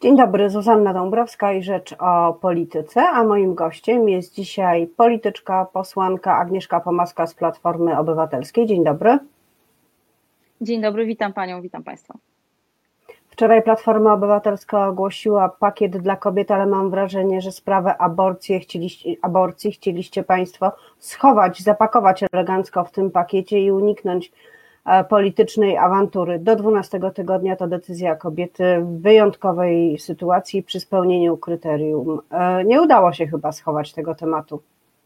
Dzień dobry, Zuzanna Dąbrowska i Rzecz o Polityce, a moim gościem jest dzisiaj polityczka, posłanka Agnieszka Pomaska z Platformy Obywatelskiej. Dzień dobry. Dzień dobry, witam Panią, witam Państwa. Wczoraj Platforma Obywatelska ogłosiła pakiet dla kobiet, ale mam wrażenie, że sprawę aborcji chcieliście Państwo schować, zapakować elegancko w tym pakiecie i uniknąć politycznej awantury. Do 12 tygodnia to decyzja kobiety w wyjątkowej sytuacji przy spełnieniu kryterium. Nie udało się chyba schować tego tematu.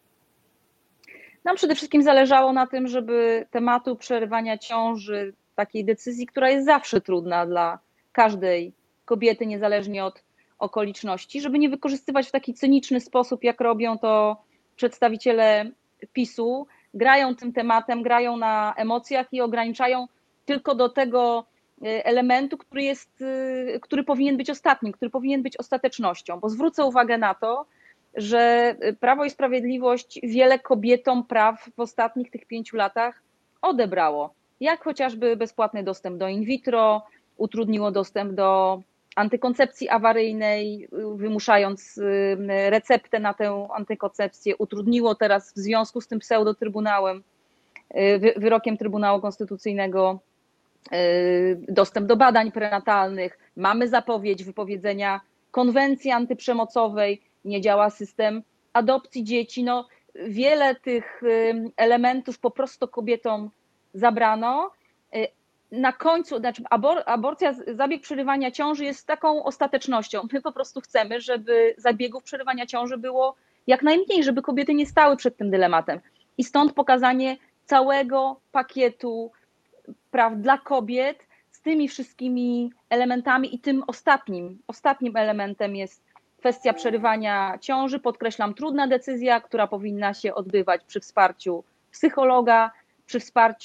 Nam przede wszystkim zależało na tym, żeby tematu przerywania ciąży, takiej decyzji, która jest zawsze trudna dla każdej kobiety, niezależnie od okoliczności, żeby nie wykorzystywać w taki cyniczny sposób, jak robią to przedstawiciele PiS-u, grają tym tematem, grają na emocjach i ograniczają tylko do tego elementu, który powinien być ostatnim, który powinien być ostatecznością, bo zwrócę uwagę na to, że Prawo i Sprawiedliwość wiele kobietom praw w ostatnich tych 5 latach odebrało, jak chociażby bezpłatny dostęp do in vitro, utrudniło dostęp do antykoncepcji awaryjnej, wymuszając receptę na tę antykoncepcję, utrudniło teraz w związku z tym pseudotrybunałem, wyrokiem Trybunału Konstytucyjnego dostęp do badań prenatalnych, mamy zapowiedź wypowiedzenia konwencji antyprzemocowej, nie działa system adopcji dzieci. No, wiele tych elementów po prostu kobietom zabrano. Na końcu, znaczy aborcja, zabieg przerywania ciąży jest taką ostatecznością. My po prostu chcemy, żeby zabiegów przerywania ciąży było jak najmniej, żeby kobiety nie stały przed tym dylematem. I stąd pokazanie całego pakietu praw dla kobiet z tymi wszystkimi elementami i tym ostatnim elementem jest kwestia przerywania ciąży. Podkreślam, trudna decyzja, która powinna się odbywać przy wsparciu psychologa, przy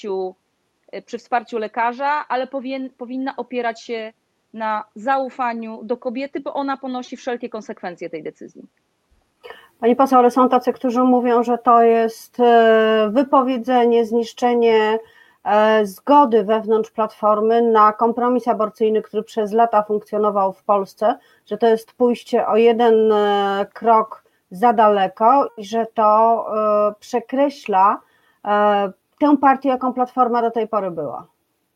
wsparciu lekarza, ale powinna opierać się na zaufaniu do kobiety, bo ona ponosi wszelkie konsekwencje tej decyzji. Pani poseł, ale są tacy, którzy mówią, że to jest wypowiedzenie, zniszczenie zgody wewnątrz Platformy na kompromis aborcyjny, który przez lata funkcjonował w Polsce, że to jest pójście o jeden krok za daleko i że to przekreśla tę partię, jaką Platforma do tej pory była.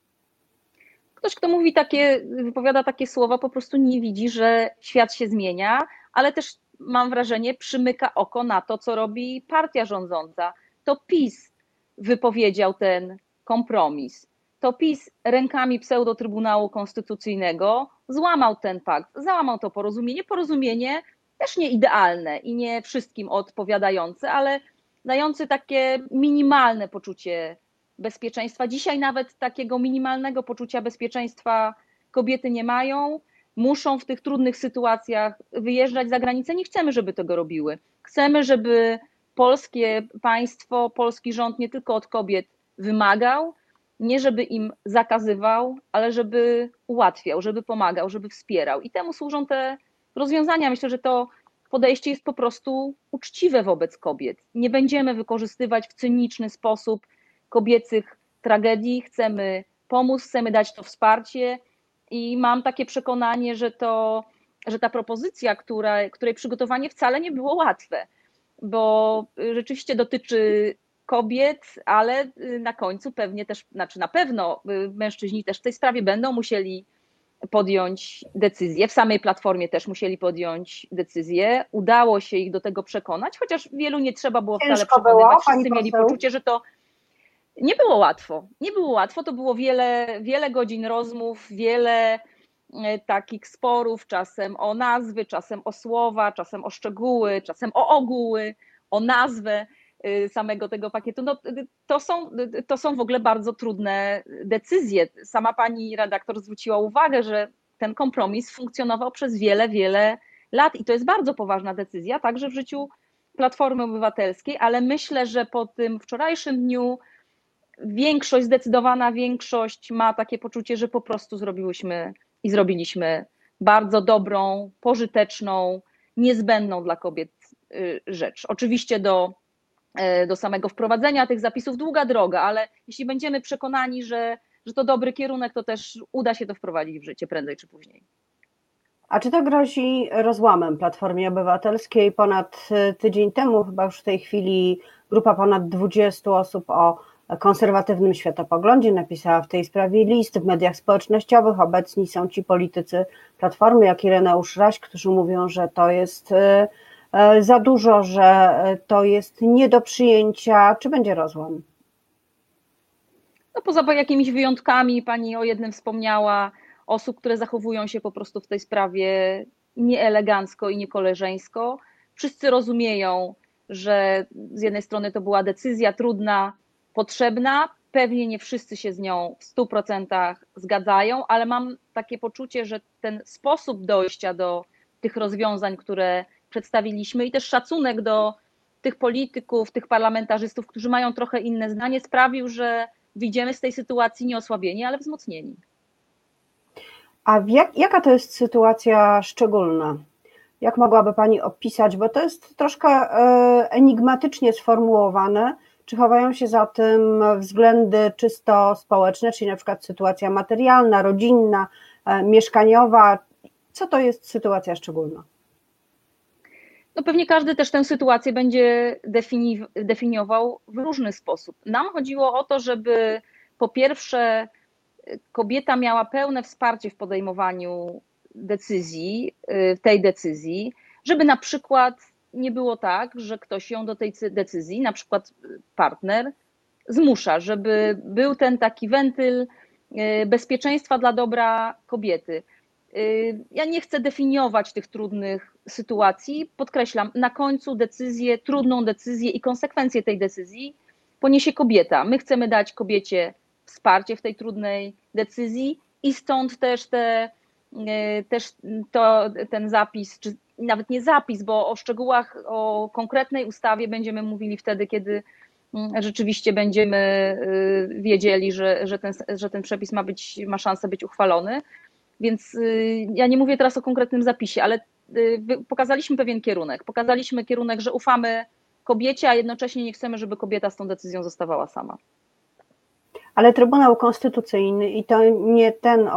Ktoś, kto wypowiada takie słowa, po prostu nie widzi, że świat się zmienia, ale też mam wrażenie, przymyka oko na to, co robi partia rządząca. To PiS wypowiedział ten kompromis. To PiS rękami pseudotrybunału konstytucyjnego złamał ten pakt, załamał to porozumienie. Porozumienie też nie idealne i nie wszystkim odpowiadające, ale dające takie minimalne poczucie bezpieczeństwa. Dzisiaj nawet takiego minimalnego poczucia bezpieczeństwa kobiety nie mają. Muszą w tych trudnych sytuacjach wyjeżdżać za granicę. Nie chcemy, żeby tego robiły. Chcemy, żeby polskie państwo, polski rząd nie tylko od kobiet wymagał, nie żeby im zakazywał, ale żeby ułatwiał, żeby pomagał, żeby wspierał. I temu służą te rozwiązania. Myślę, że to podejście jest po prostu uczciwe wobec kobiet. Nie będziemy wykorzystywać w cyniczny sposób kobiecych tragedii. Chcemy pomóc, chcemy dać to wsparcie i mam takie przekonanie, że ta propozycja, której przygotowanie wcale nie było łatwe, bo rzeczywiście dotyczy kobiet, ale na końcu pewnie też, znaczy na pewno mężczyźni też w tej sprawie będą musieli podjąć decyzję. W samej Platformie też musieli podjąć decyzję. Udało się ich do tego przekonać, chociaż wielu nie trzeba było wcale przekonywać. Wszyscy mieli poczucie, że to nie było łatwo. Nie było łatwo, to było wiele godzin rozmów, wiele takich sporów, czasem o nazwy, czasem o słowa, czasem o szczegóły, czasem o ogóły, o nazwę samego tego pakietu. No, to są w ogóle bardzo trudne decyzje. Sama pani redaktor zwróciła uwagę, że ten kompromis funkcjonował przez wiele lat i to jest bardzo poważna decyzja, także w życiu Platformy Obywatelskiej, ale myślę, że po tym wczorajszym dniu zdecydowana większość ma takie poczucie, że po prostu zrobiliśmy bardzo dobrą, pożyteczną, niezbędną dla kobiet rzecz. Oczywiście do samego wprowadzenia tych zapisów długa droga, ale jeśli będziemy przekonani, że to dobry kierunek, to też uda się to wprowadzić w życie prędzej czy później. A czy to grozi rozłamem Platformie Obywatelskiej? Ponad tydzień temu, chyba już w tej chwili, grupa ponad 20 osób o konserwatywnym światopoglądzie napisała w tej sprawie list w mediach społecznościowych. Obecni są ci politycy Platformy, jak Ireneusz Raś, którzy mówią, że to jest za dużo, że to jest nie do przyjęcia. Czy będzie rozłam? No poza jakimiś wyjątkami, pani o jednym wspomniała, osób, które zachowują się po prostu w tej sprawie nieelegancko i niekoleżeńsko. Wszyscy rozumieją, że z jednej strony to była decyzja trudna, potrzebna, pewnie nie wszyscy się z nią w 100% zgadzają, ale mam takie poczucie, że ten sposób dojścia do tych rozwiązań, które przedstawiliśmy i też szacunek do tych polityków, tych parlamentarzystów, którzy mają trochę inne zdanie, sprawił, że wyjdziemy z tej sytuacji nie osłabieni, ale wzmocnieni. A jaka to jest sytuacja szczególna? Jak mogłaby Pani opisać, bo to jest troszkę enigmatycznie sformułowane, czy chowają się za tym względy czysto społeczne, czyli na przykład sytuacja materialna, rodzinna, mieszkaniowa? Co to jest sytuacja szczególna? No pewnie każdy też tę sytuację będzie definiował w różny sposób. Nam chodziło o to, żeby po pierwsze kobieta miała pełne wsparcie w podejmowaniu decyzji, tej decyzji, żeby na przykład nie było tak, że ktoś ją do tej decyzji, na przykład partner, zmusza, żeby był ten taki wentyl bezpieczeństwa dla dobra kobiety. Ja nie chcę definiować tych trudnych sytuacji. Podkreślam, na końcu decyzję, trudną decyzję i konsekwencje tej decyzji poniesie kobieta. My chcemy dać kobiecie wsparcie w tej trudnej decyzji i stąd też ten zapis, czy nawet nie zapis, bo o szczegółach, o konkretnej ustawie będziemy mówili wtedy, kiedy rzeczywiście będziemy wiedzieli, że ten przepis ma szansę być uchwalony. Więc ja nie mówię teraz o konkretnym zapisie, ale pokazaliśmy pewien kierunek. Pokazaliśmy kierunek, że ufamy kobiecie, a jednocześnie nie chcemy, żeby kobieta z tą decyzją zostawała sama. Ale Trybunał Konstytucyjny, i to nie ten,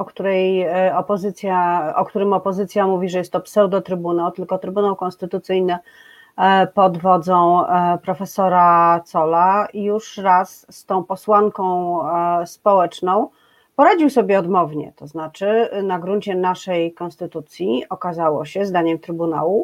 o którym opozycja mówi, że jest to pseudotrybunał, tylko Trybunał Konstytucyjny pod wodzą profesora Zolla już raz z tą posłanką społeczną poradził sobie odmownie, to znaczy na gruncie naszej konstytucji okazało się, zdaniem Trybunału,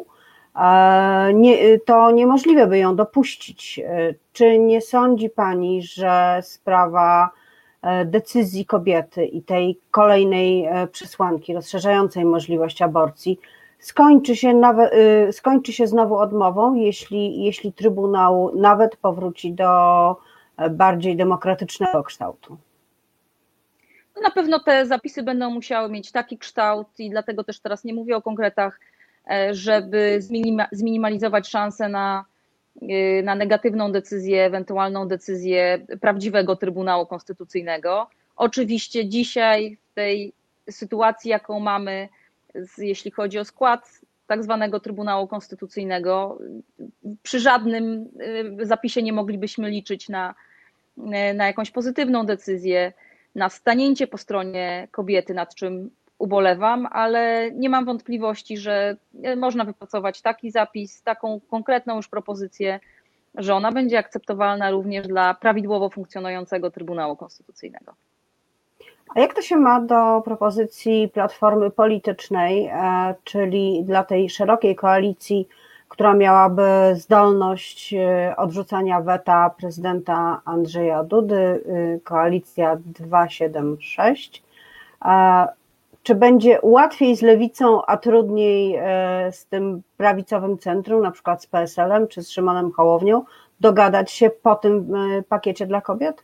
to niemożliwe, by ją dopuścić. Czy nie sądzi Pani, że sprawa decyzji kobiety i tej kolejnej przesłanki rozszerzającej możliwość aborcji skończy się znowu odmową, jeśli Trybunał nawet powróci do bardziej demokratycznego kształtu? No na pewno te zapisy będą musiały mieć taki kształt i dlatego też teraz nie mówię o konkretach, żeby zminimalizować szanse na negatywną decyzję, ewentualną decyzję prawdziwego Trybunału Konstytucyjnego. Oczywiście dzisiaj w tej sytuacji, jaką mamy, jeśli chodzi o skład tak zwanego Trybunału Konstytucyjnego, przy żadnym zapisie nie moglibyśmy liczyć na jakąś pozytywną decyzję, na stanięcie po stronie kobiety, nad czym ubolewam, ale nie mam wątpliwości, że można wypracować taki zapis, taką konkretną już propozycję, że ona będzie akceptowalna również dla prawidłowo funkcjonującego Trybunału Konstytucyjnego. A jak to się ma do propozycji Platformy Politycznej, czyli dla tej szerokiej koalicji, która miałaby zdolność odrzucania weta prezydenta Andrzeja Dudy, koalicja 276? Czy będzie łatwiej z Lewicą, a trudniej z tym prawicowym centrum, na przykład z PSL-em czy z Szymonem Hołownią, dogadać się po tym pakiecie dla kobiet?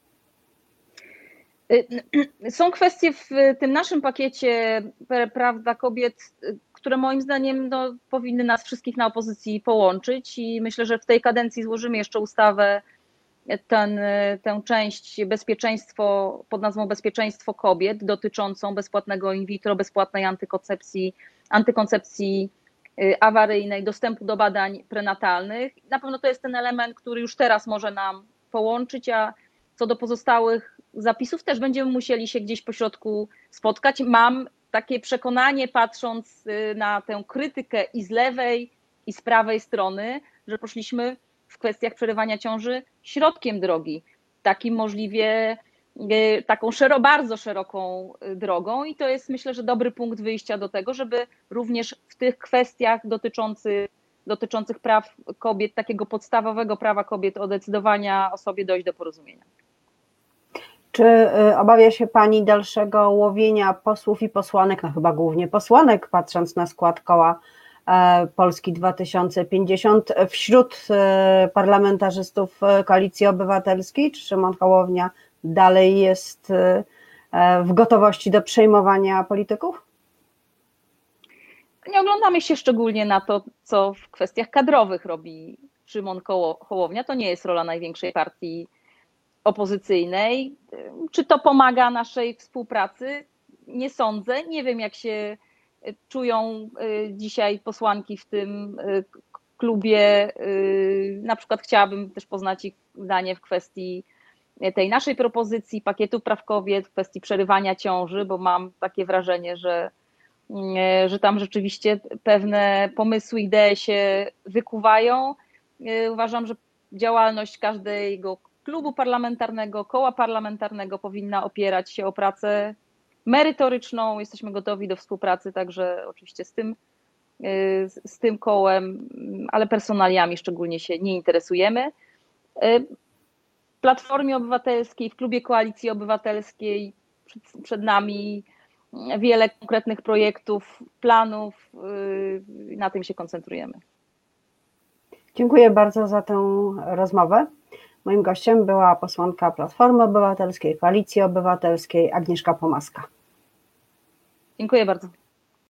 Są kwestie w tym naszym pakiecie praw dla kobiet, które moim zdaniem powinny nas wszystkich na opozycji połączyć i myślę, że w tej kadencji złożymy jeszcze ustawę, tę część bezpieczeństwo pod nazwą bezpieczeństwo kobiet dotyczącą bezpłatnego in vitro, bezpłatnej antykoncepcji awaryjnej, dostępu do badań prenatalnych. Na pewno to jest ten element, który już teraz może nam połączyć, a co do pozostałych zapisów też będziemy musieli się gdzieś pośrodku spotkać. Mam takie przekonanie, patrząc na tę krytykę i z lewej, i z prawej strony, że poszliśmy w kwestiach przerywania ciąży środkiem drogi, takim możliwie taką bardzo szeroką drogą i to jest, myślę, że dobry punkt wyjścia do tego, żeby również w tych kwestiach dotyczących praw kobiet, takiego podstawowego prawa kobiet o decydowania o sobie dojść do porozumienia. Czy obawia się Pani dalszego łowienia posłów i posłanek, no chyba głównie posłanek, patrząc na skład koła Polski 2050 wśród parlamentarzystów Koalicji Obywatelskiej? Czy Szymon Hołownia dalej jest w gotowości do przejmowania polityków? Nie oglądamy się szczególnie na to, co w kwestiach kadrowych robi Szymon Hołownia. To nie jest rola największej partii opozycyjnej. Czy to pomaga naszej współpracy? Nie sądzę. Nie wiem, jak się czują dzisiaj posłanki w tym klubie. Na przykład chciałabym też poznać ich zdanie w kwestii tej naszej propozycji pakietu praw kobiet, w kwestii przerywania ciąży, bo mam takie wrażenie, że tam rzeczywiście pewne pomysły, idee się wykuwają. Uważam, że działalność każdego klubu parlamentarnego, koła parlamentarnego powinna opierać się o pracę merytoryczną. Jesteśmy gotowi do współpracy także oczywiście z tym kołem, ale personaliami szczególnie się nie interesujemy. W Platformie Obywatelskiej, w klubie Koalicji Obywatelskiej przed nami wiele konkretnych projektów, planów, na tym się koncentrujemy. Dziękuję bardzo za tę rozmowę. Moim gościem była posłanka Platformy Obywatelskiej, Koalicji Obywatelskiej Agnieszka Pomaska. Dziękuję bardzo.